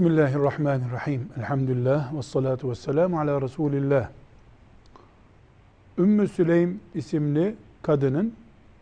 Bismillahirrahmanirrahim. Elhamdülillah ve salatu ve selamu ala Resulillah. Ümmü Süleym isimli kadının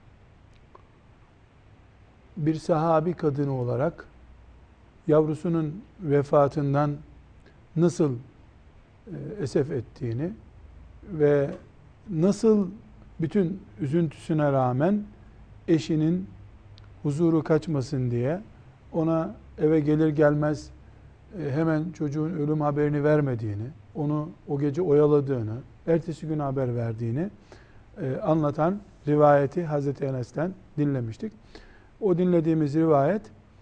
bir sahabi kadını olarak yavrusunun vefatından nasıl esef ettiğini ve nasıl bütün üzüntüsüne rağmen eşinin huzuru kaçmasın diye ona eve gelir gelmez hemen çocuğun ölüm haberini vermediğini, onu o gece oyaladığını, ertesi gün haber verdiğini anlatan rivayeti Hazreti Enes'ten dinlemiştik. O dinlediğimiz rivayet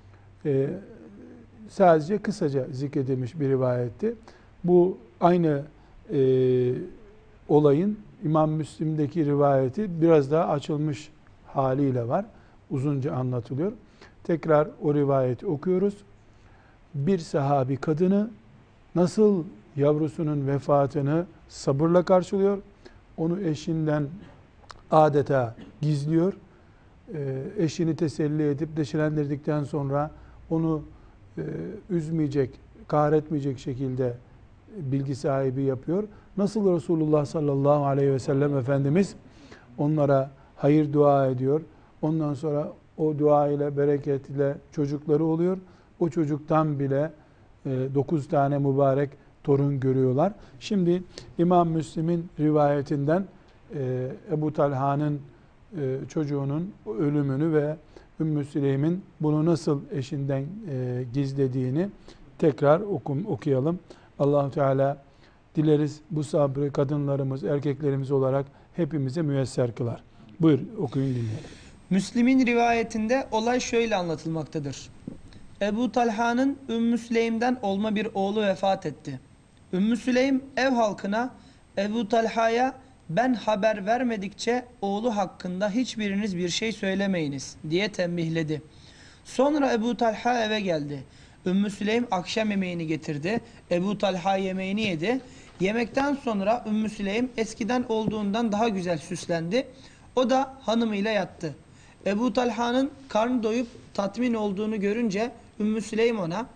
sadece kısaca zikredilmiş bir rivayetti. Bu aynı olayın İmam Müslim'deki rivayeti biraz daha açılmış haliyle var. Uzunca anlatılıyor. Tekrar o rivayeti okuyoruz. Bir sahabi kadını nasıl yavrusunun vefatını sabırla karşılıyor, onu eşinden adeta gizliyor, eşini teselli edip deşelendirdikten sonra onu üzmeyecek, kahretmeyecek şekilde bilgi sahibi yapıyor. Nasıl Resulullah sallallahu aleyhi ve sellem Efendimiz onlara hayır dua ediyor. Ondan sonra o dua ile, bereket ile çocukları oluyor. O çocuktan bile 9 tane mübarek torun görüyorlar. Şimdi İmam Müslim'in rivayetinden Ebu Talha'nın çocuğunun ölümünü ve Ümmü Süleym'in bunu nasıl eşinden gizlediğini tekrar okuyalım. Allah-u Teala dileriz bu sabrı kadınlarımız, erkeklerimiz olarak hepimize müyesser kılar. Buyur okuyun dinleyelim. Müslim'in rivayetinde olay şöyle anlatılmaktadır. Ebu Talha'nın Ümmü Süleym'den olma bir oğlu vefat etti. Ümmü Süleym ev halkına Ebu Talha'ya ben haber vermedikçe oğlu hakkında hiçbiriniz bir şey söylemeyiniz diye tembihledi. Sonra Ebu Talha eve geldi. Ümmü Süleym akşam yemeğini getirdi. Ebu Talha yemeğini yedi. Yemekten sonra Ümmü Süleym eskiden olduğundan daha güzel süslendi. O da hanımıyla yattı. Ebu Talha'nın karnı doyup tatmin olduğunu görünce Ümmü Süleym ona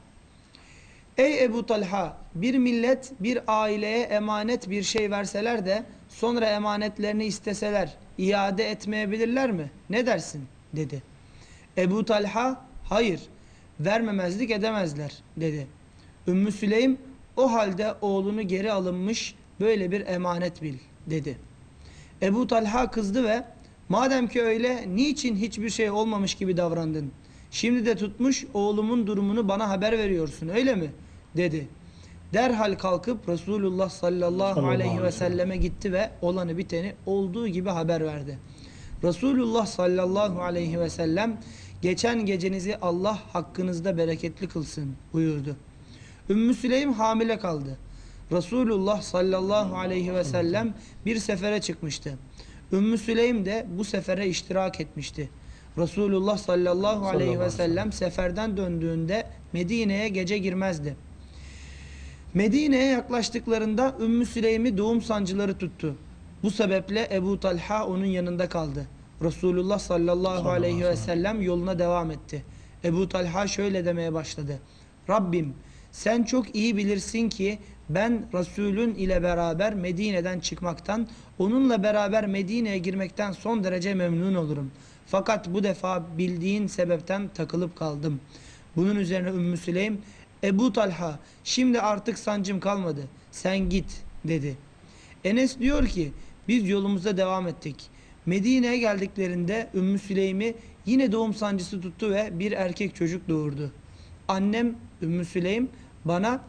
ey Ebu Talha, bir millet bir aileye emanet bir şey verseler de sonra emanetlerini isteseler iade etmeyebilirler mi? Ne dersin? Dedi. Ebu Talha hayır vermemezlik edemezler dedi. Ümmü Süleym o halde oğlunu geri alınmış böyle bir emanet bil dedi. Ebu Talha kızdı ve madem ki öyle niçin hiçbir şey olmamış gibi davrandın? Şimdi de tutmuş oğlumun durumunu bana haber veriyorsun öyle mi? Dedi. Derhal kalkıp Resulullah sallallahu aleyhi ve selleme gitti ve olanı biteni olduğu gibi haber verdi. Resulullah sallallahu aleyhi ve sellem geçen gecenizi Allah hakkınızda bereketli kılsın buyurdu. Ümmü Süleym hamile kaldı. Resulullah sallallahu aleyhi ve sellem bir sefere çıkmıştı. Ümmü Süleym de bu sefere iştirak etmişti. Resulullah sallallahu aleyhi ve sellem seferden döndüğünde Medine'ye gece girmezdi. Medine'ye yaklaştıklarında Ümmü Süleym'i doğum sancıları tuttu. Bu sebeple Ebu Talha onun yanında kaldı. Resulullah sallallahu aleyhi ve sellem yoluna devam etti. Ebu Talha şöyle demeye başladı. Rabbim sen çok iyi bilirsin ki ben Resulün ile beraber Medine'den çıkmaktan, onunla beraber Medine'ye girmekten son derece memnun olurum. Fakat bu defa bildiğin sebepten takılıp kaldım. Bunun üzerine Ümmü Süleym, Ebu Talha şimdi artık sancım kalmadı, sen git dedi. Enes diyor ki biz yolumuza devam ettik. Medine'ye geldiklerinde Ümmü Süleym'i yine doğum sancısı tuttu ve bir erkek çocuk doğurdu. Annem Ümmü Süleym bana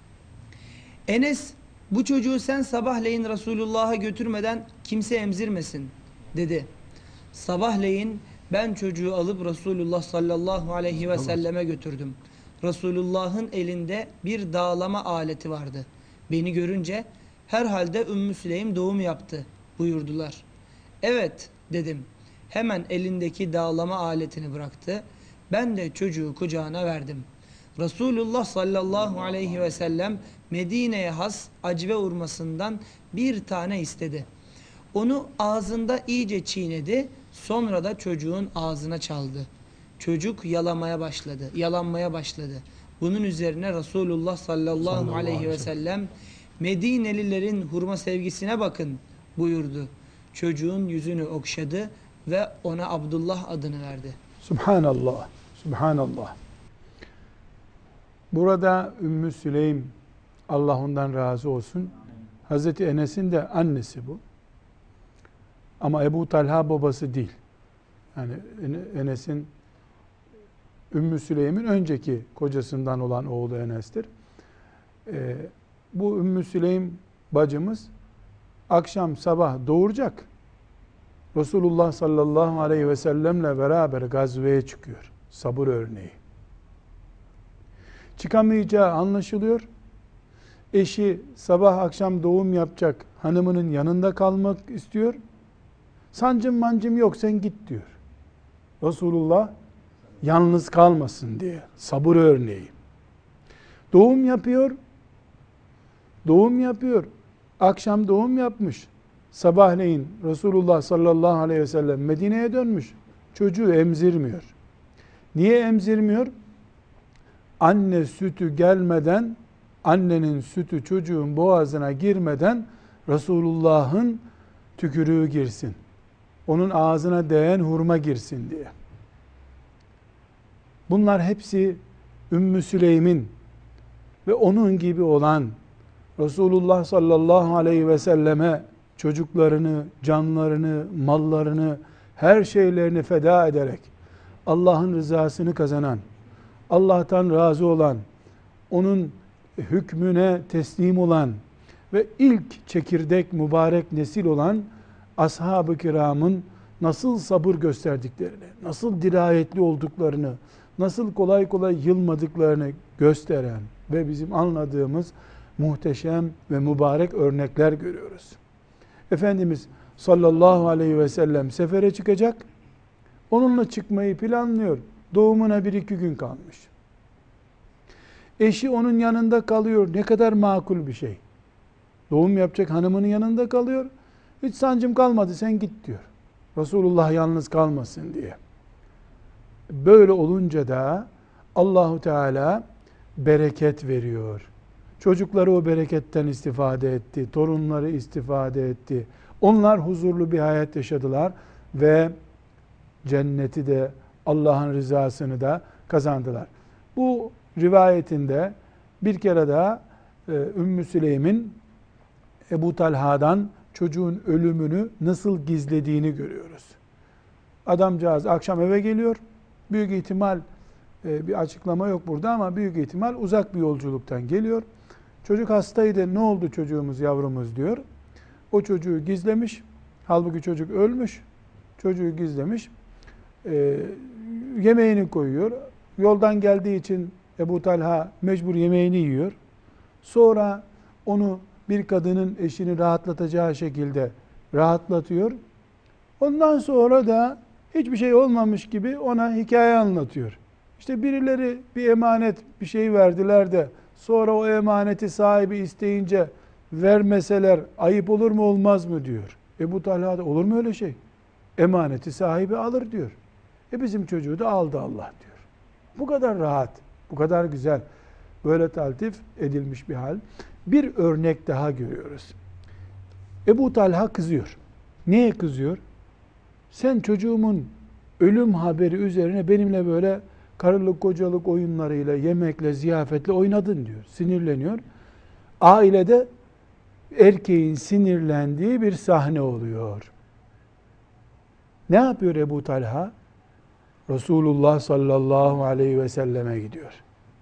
Enes bu çocuğu sen sabahleyin Resulullah'a götürmeden kimse emzirmesin dedi. Sabahleyin ben çocuğu alıp Resulullah sallallahu aleyhi ve selleme götürdüm. Resulullah'ın elinde bir dağlama aleti vardı. Beni görünce herhalde Ümmü Süleym doğum yaptı buyurdular. Evet dedim. Hemen elindeki dağlama aletini bıraktı. Ben de çocuğu kucağına verdim. Resulullah sallallahu aleyhi ve sellem Medine'ye has acve urmasından bir tane istedi. Onu ağzında iyice çiğnedi, sonra da çocuğun ağzına çaldı. Çocuk yalanmaya başladı. Bunun üzerine Resulullah sallallahu aleyhi ve sellem Medinelilerin hurma sevgisine bakın buyurdu. Çocuğun yüzünü okşadı ve ona Abdullah adını verdi. Subhanallah. Subhanallah. Burada Ümmü Süleym, Allah ondan razı olsun, Hazreti Enes'in de annesi bu. Ama Ebu Talha babası değil. Yani Enes'in, Ümmü Süleym'in önceki kocasından olan oğlu Enes'tir. Bu Ümmü Süleym bacımız akşam sabah doğuracak. Resulullah sallallahu aleyhi ve sellemle beraber gazveye çıkıyor. Sabır örneği. Çıkamayacağı anlaşılıyor. Eşi sabah akşam doğum yapacak, hanımının yanında kalmak istiyor. Sancım mancım yok, sen git diyor. Resulullah yalnız kalmasın diye. Sabır örneği. Doğum yapıyor. Doğum yapıyor. Akşam doğum yapmış. Sabahleyin Resulullah sallallahu aleyhi ve sellem Medine'ye dönmüş. Çocuğu emzirmiyor. Niye emzirmiyor? Anne sütü gelmeden, annenin sütü çocuğun boğazına girmeden Resulullah'ın tükürüğü girsin. Onun ağzına değen hurma girsin diye. Bunlar hepsi Ümmü Süleym'in ve onun gibi olan Resulullah sallallahu aleyhi ve selleme çocuklarını, canlarını, mallarını, her şeylerini feda ederek Allah'ın rızasını kazanan, Allah'tan razı olan, onun hükmüne teslim olan ve ilk çekirdek mübarek nesil olan ashab-ı kiramın nasıl sabır gösterdiklerini, nasıl dirayetli olduklarını, nasıl kolay kolay yılmadıklarını gösteren ve bizim anladığımız muhteşem ve mübarek örnekler görüyoruz. Efendimiz sallallahu aleyhi ve sellem sefere çıkacak. Onunla çıkmayı planlıyor. Doğumuna 1-2 gün kalmış. Eşi onun yanında kalıyor. Ne kadar makul bir şey. Doğum yapacak hanımının yanında kalıyor. Hiç sancım kalmadı, sen git diyor. Resulullah yalnız kalmasın diye. Böyle olunca da Allahu Teala bereket veriyor. Çocukları o bereketten istifade etti. Torunları istifade etti. Onlar huzurlu bir hayat yaşadılar ve cenneti de Allah'ın rızasını da kazandılar. Bu rivayetinde bir kere daha Ümmü Süleym'in Ebu Talha'dan çocuğun ölümünü nasıl gizlediğini görüyoruz. Adamcağız akşam eve geliyor. Büyük ihtimal bir açıklama yok burada ama büyük ihtimal uzak bir yolculuktan geliyor. Çocuk hastaydı, ne oldu çocuğumuz, yavrumuz diyor. O çocuğu gizlemiş. Halbuki çocuk ölmüş. Çocuğu gizlemiş. Yemeğini koyuyor. Yoldan geldiği için Ebu Talha mecbur yemeğini yiyor. Sonra onu bir kadının eşini rahatlatacağı şekilde rahatlatıyor. Ondan sonra da hiçbir şey olmamış gibi ona hikaye anlatıyor. İşte birileri bir emanet bir şey verdiler de sonra o emaneti sahibi isteyince vermeseler ayıp olur mu olmaz mı diyor. Ebu Talha da olur mu öyle şey? Emaneti sahibi alır diyor. Bizim çocuğu da aldı Allah diyor. Bu kadar rahat, bu kadar güzel, böyle taltif edilmiş bir hal. Bir örnek daha görüyoruz. Ebu Talha kızıyor. Neye kızıyor? Sen çocuğumun ölüm haberi üzerine benimle böyle karılık kocalık oyunlarıyla, yemekle, ziyafetle oynadın diyor. Sinirleniyor. Ailede erkeğin sinirlendiği bir sahne oluyor. Ne yapıyor Ebu Talha? Resulullah sallallahu aleyhi ve selleme gidiyor.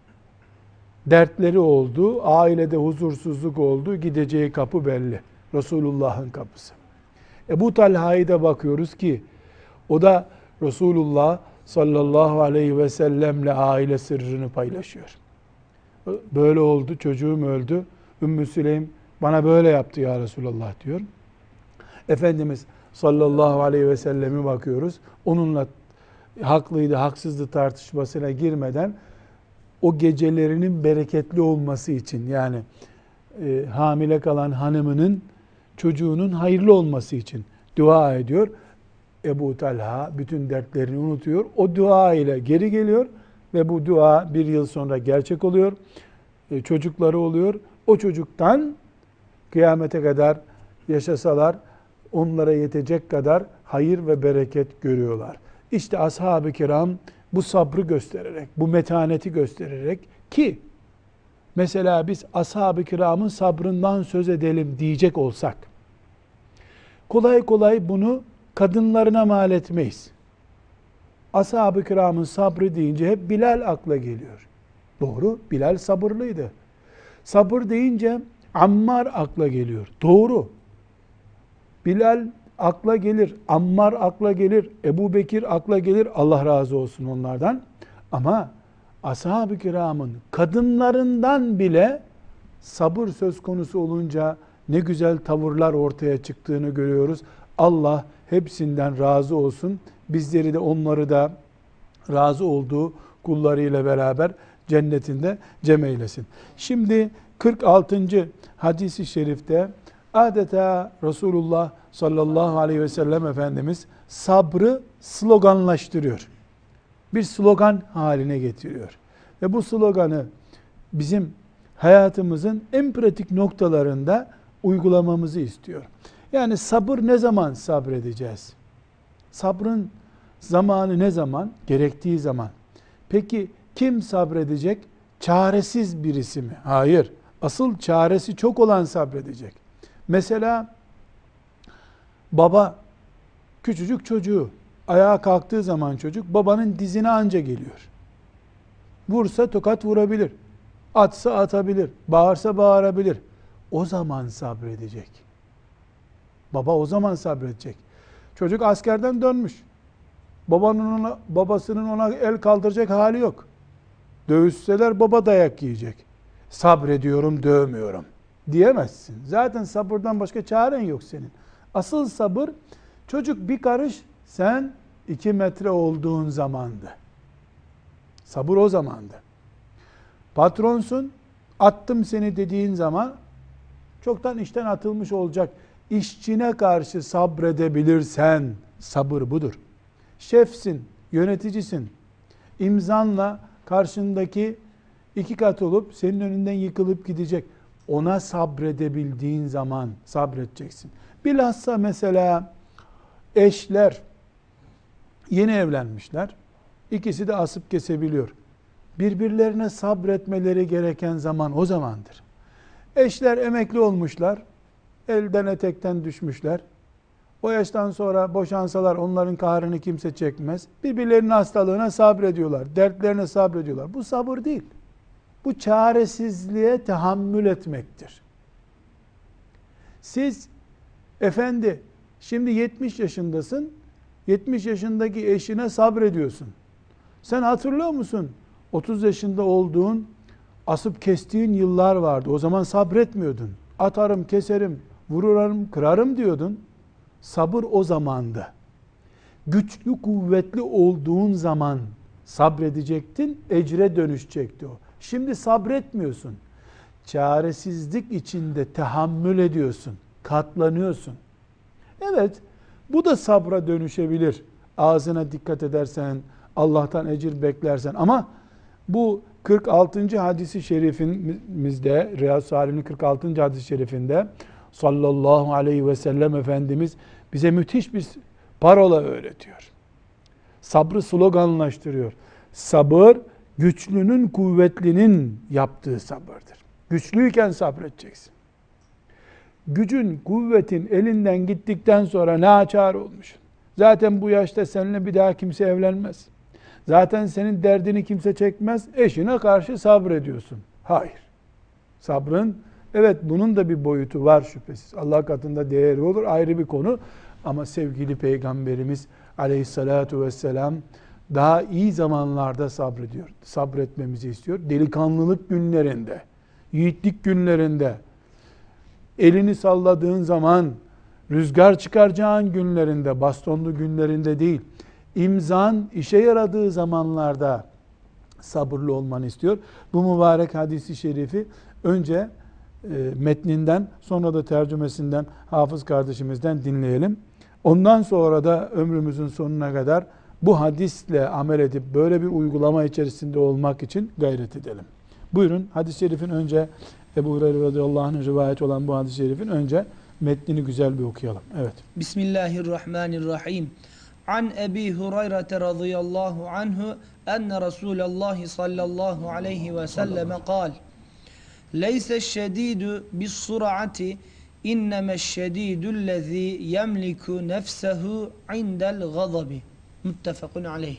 Dertleri oldu, ailede huzursuzluk oldu, gideceği kapı belli. Resulullah'ın kapısı. Ebu Talha'yı da bakıyoruz ki, o da Resulullah sallallahu aleyhi ve sellemle aile sırrını paylaşıyor. Böyle oldu, çocuğum öldü. Ümmü Süleym bana böyle yaptı ya Resulullah diyor. Efendimiz sallallahu aleyhi ve sellemi bakıyoruz. Onunla haklıydı, haksızdı tartışmasına girmeden o gecelerinin bereketli olması için yani hamile kalan hanımının çocuğunun hayırlı olması için dua ediyor. Ebu Talha bütün dertlerini unutuyor. O dua ile geri geliyor. ve bu dua bir yıl sonra gerçek oluyor. Çocukları oluyor. O çocuktan kıyamete kadar yaşasalar onlara yetecek kadar hayır ve bereket görüyorlar. İşte ashab-ı kiram bu sabrı göstererek, bu metaneti göstererek ki mesela biz ashab-ı kiramın sabrından söz edelim diyecek olsak kolay kolay bunu kadınlarına mal etmeyiz. Ashab-ı kiramın sabrı deyince hep Bilal akla geliyor. Doğru, Bilal sabırlıydı. Sabır deyince Ammar akla geliyor. Doğru. Bilal akla gelir, Ammar akla gelir, Ebu Bekir akla gelir. Allah razı olsun onlardan. Ama ashab-ı kiramın kadınlarından bile sabır söz konusu olunca ne güzel tavırlar ortaya çıktığını görüyoruz. Allah hepsinden razı olsun. Bizleri de onları da razı olduğu kullarıyla beraber cennetinde cem eylesin. Şimdi 46. hadis-i şerifte adeta Resulullah sallallahu aleyhi ve sellem Efendimiz sabrı sloganlaştırıyor. Bir slogan haline getiriyor. Ve bu sloganı bizim hayatımızın en pratik noktalarında uygulamamızı istiyor. Yani sabır ne zaman sabredeceğiz? Sabrın zamanı ne zaman? Gerektiği zaman. Peki kim sabredecek? Çaresiz birisi mi? Hayır. Asıl çaresi çok olan sabredecek. Mesela baba küçücük çocuğu ayağa kalktığı zaman çocuk babanın dizine anca geliyor. Vursa tokat vurabilir. Atsa atabilir. Bağırsa bağırabilir. O zaman sabredecek. Baba o zaman sabredecek. Çocuk askerden dönmüş. Babasının ona el kaldıracak hali yok. Dövüşseler baba dayak yiyecek. Sabrediyorum, dövmüyorum diyemezsin. Zaten sabırdan başka çaren yok senin. Asıl sabır çocuk bir karış, sen 2 metre olduğun zamandı. Sabır o zamandı. Patronsun, attım seni dediğin zaman çoktan işten atılmış olacak. İşçine karşı sabredebilirsen sabır budur. Şefsin, yöneticisin. İmzanla karşındaki 2 kat olup senin önünden yıkılıp gidecek. Ona sabredebildiğin zaman sabredeceksin. Bilhassa mesela eşler yeni evlenmişler. İkisi de asıp kesebiliyor. Birbirlerine sabretmeleri gereken zaman o zamandır. Eşler emekli olmuşlar. Elden etekten düşmüşler. O yaştan sonra boşansalar onların kahrını kimse çekmez. Birbirlerinin hastalığına sabrediyorlar. Dertlerine sabrediyorlar. Bu sabır değil. Bu çaresizliğe tahammül etmektir. Siz efendi şimdi 70 yaşındasın. 70 yaşındaki eşine sabrediyorsun. Sen hatırlıyor musun? 30 yaşında olduğun, asıp kestiğin yıllar vardı. O zaman sabretmiyordun. Atarım, keserim, vururum, kırarım diyordun. Sabır o zamandı. Güçlü, kuvvetli olduğun zaman sabredecektin, ecre dönüşecekti o. Şimdi sabretmiyorsun. Çaresizlik içinde tahammül ediyorsun, katlanıyorsun. Evet, bu da sabra dönüşebilir. Ağzına dikkat edersen, Allah'tan ecir beklersen. Ama bu 46. hadisi şerifimizde, Riyad-ı Salih'in 46. hadis-i şerifinde sallallahu aleyhi ve sellem Efendimiz bize müthiş bir parola öğretiyor. Sabrı sloganlaştırıyor. Sabır, güçlünün, kuvvetlinin yaptığı sabırdır. Güçlüyken sabredeceksin. Gücün, kuvvetin elinden gittikten sonra naçar olmuşsun. Zaten bu yaşta seninle bir daha kimse evlenmez. Zaten senin derdini kimse çekmez. Eşine karşı sabrediyorsun. Hayır. Sabrın, evet bunun da bir boyutu var şüphesiz. Allah katında değeri olur, ayrı bir konu. Ama sevgili Peygamberimiz aleyhissalatu vesselam daha iyi zamanlarda sabrediyor. Sabretmemizi istiyor. Delikanlılık günlerinde, yiğitlik günlerinde, elini salladığın zaman, rüzgar çıkaracağın günlerinde, bastonlu günlerinde değil, imzan işe yaradığı zamanlarda sabırlı olmanı istiyor. Bu mübarek hadisi şerifi önce metninden, sonra da tercümesinden Hafız kardeşimizden dinleyelim. Ondan sonra da ömrümüzün sonuna kadar bu hadisle amel edip böyle bir uygulama içerisinde olmak için gayret edelim. Buyurun, hadis-i şerifin önce Ebu Hureyre radıyallahu anh'ın rivayet olan bu hadis-i şerifin önce metnini güzel bir okuyalım. Evet. Bismillahirrahmanirrahim. An Ebi Hureyre radıyallahu anhu enne Resulallah sallallahu aleyhi ve selleme kal. Leyse'ş-şedîdü bis-sur'ati inneme'ş-şedîdü'llezî yemliku nefsehu indel gazabi. Muttefakun aleyh.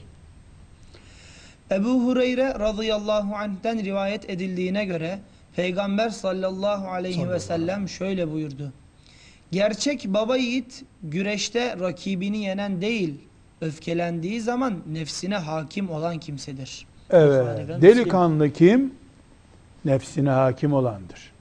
Ebu Hureyre radıyallahu anh'ten rivayet edildiğine göre Peygamber sallallahu aleyhi ve sellem şöyle buyurdu. Gerçek baba yiğit güreşte rakibini yenen değil, öfkelendiği zaman nefsine hakim olan kimsedir. Evet. Delikanlı kim? Nefsine hakim olandır.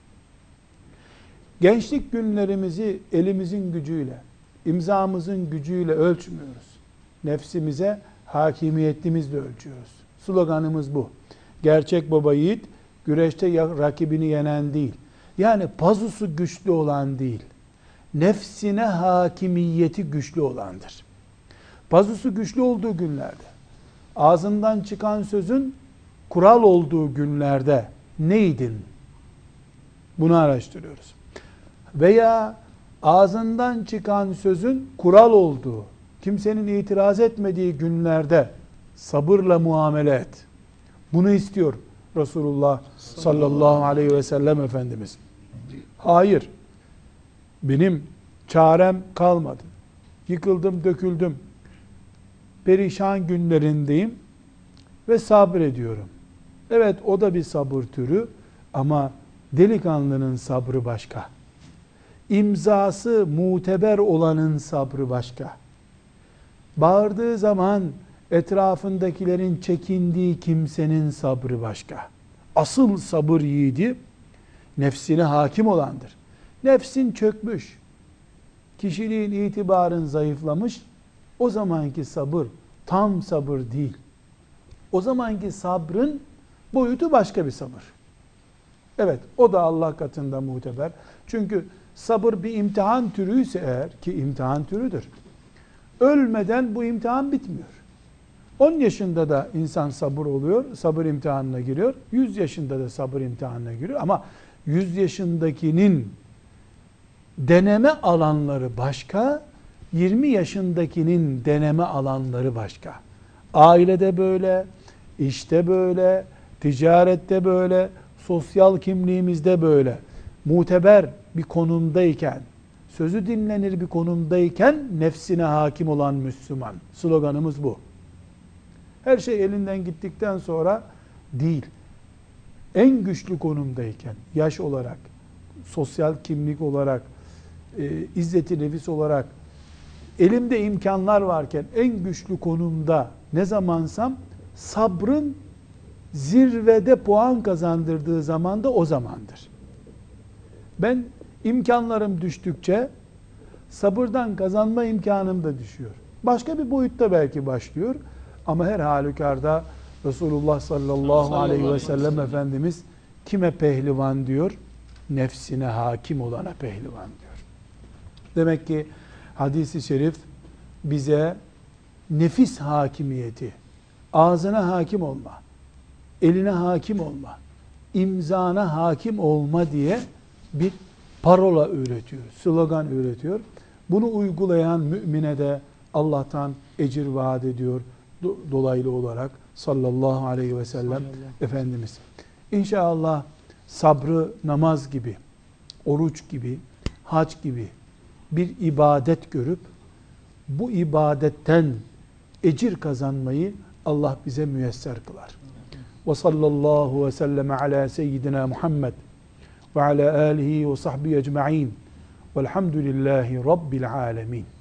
Gençlik günlerimizi elimizin gücüyle, imzamızın gücüyle ölçmüyoruz. Nefsimize hakimiyetimizle ölçüyoruz. Sloganımız bu. Gerçek baba yiğit güreşte rakibini yenen değil. Yani pazusu güçlü olan değil. Nefsine hakimiyeti güçlü olandır. Pazusu güçlü olduğu günlerde, ağzından çıkan sözün kural olduğu günlerde neydin? Bunu araştırıyoruz. Veya ağzından çıkan sözün kural olduğu, kimsenin itiraz etmediği günlerde sabırla muamele et. Bunu istiyor Resulullah sallallahu aleyhi ve sellem Efendimiz. Hayır, benim çarem kalmadı. Yıkıldım, döküldüm. Perişan günlerindeyim ve sabrediyorum. Evet, o da bir sabır türü ama delikanlının sabrı başka. İmzası muteber olanın sabrı başka. Bağırdığı zaman etrafındakilerin çekindiği kimsenin sabrı başka. Asıl sabır yiğidi nefsine hakim olandır. Nefsin çökmüş, kişiliğin, itibarın zayıflamış, o zamanki sabır tam sabır değil. O zamanki sabrın boyutu başka bir sabır. Evet, o da Allah katında muteber. Çünkü sabır bir imtihan türüyse eğer, ki imtihan türüdür, ölmeden bu imtihan bitmiyor. 10 yaşında da insan sabır oluyor, sabır imtihanına giriyor. 100 yaşında da sabır imtihanına giriyor. Ama 100 yaşındakinin deneme alanları başka, 20 yaşındakinin deneme alanları başka. Ailede böyle, işte böyle, ticarette böyle, sosyal kimliğimizde böyle. Muteber bir konumdayken, sözü dinlenir bir konumdayken nefsine hakim olan Müslüman. Sloganımız bu. Her şey elinden gittikten sonra değil. En güçlü konumdayken, yaş olarak, sosyal kimlik olarak, izzeti nefis olarak, elimde imkanlar varken en güçlü konumda ne zamansam sabrın zirvede puan kazandırdığı zaman da o zamandır. Ben imkanlarım düştükçe sabırdan kazanma imkanım da düşüyor. Başka bir boyutta belki başlıyor ama her halükarda Resulullah sallallahu aleyhi ve sellem Efendimiz kime pehlivan diyor? Nefsine hakim olana pehlivan diyor. Demek ki hadis-i şerif bize nefis hakimiyeti, ağzına hakim olma, eline hakim olma, imzana hakim olma diye bir parola öğretiyor, slogan öğretiyor. Bunu uygulayan mümine de Allah'tan ecir vaat ediyor dolaylı olarak sallallahu aleyhi ve sellem Efendimiz. İnşallah sabrı namaz gibi, oruç gibi, hac gibi bir ibadet görüp bu ibadetten ecir kazanmayı Allah bize müyesser kılar. Ve sallallahu ve sellem ala seyyidina Muhammed ve ala alihi ve sahbihi ecma'in velhamdülillahi rabbil alemin.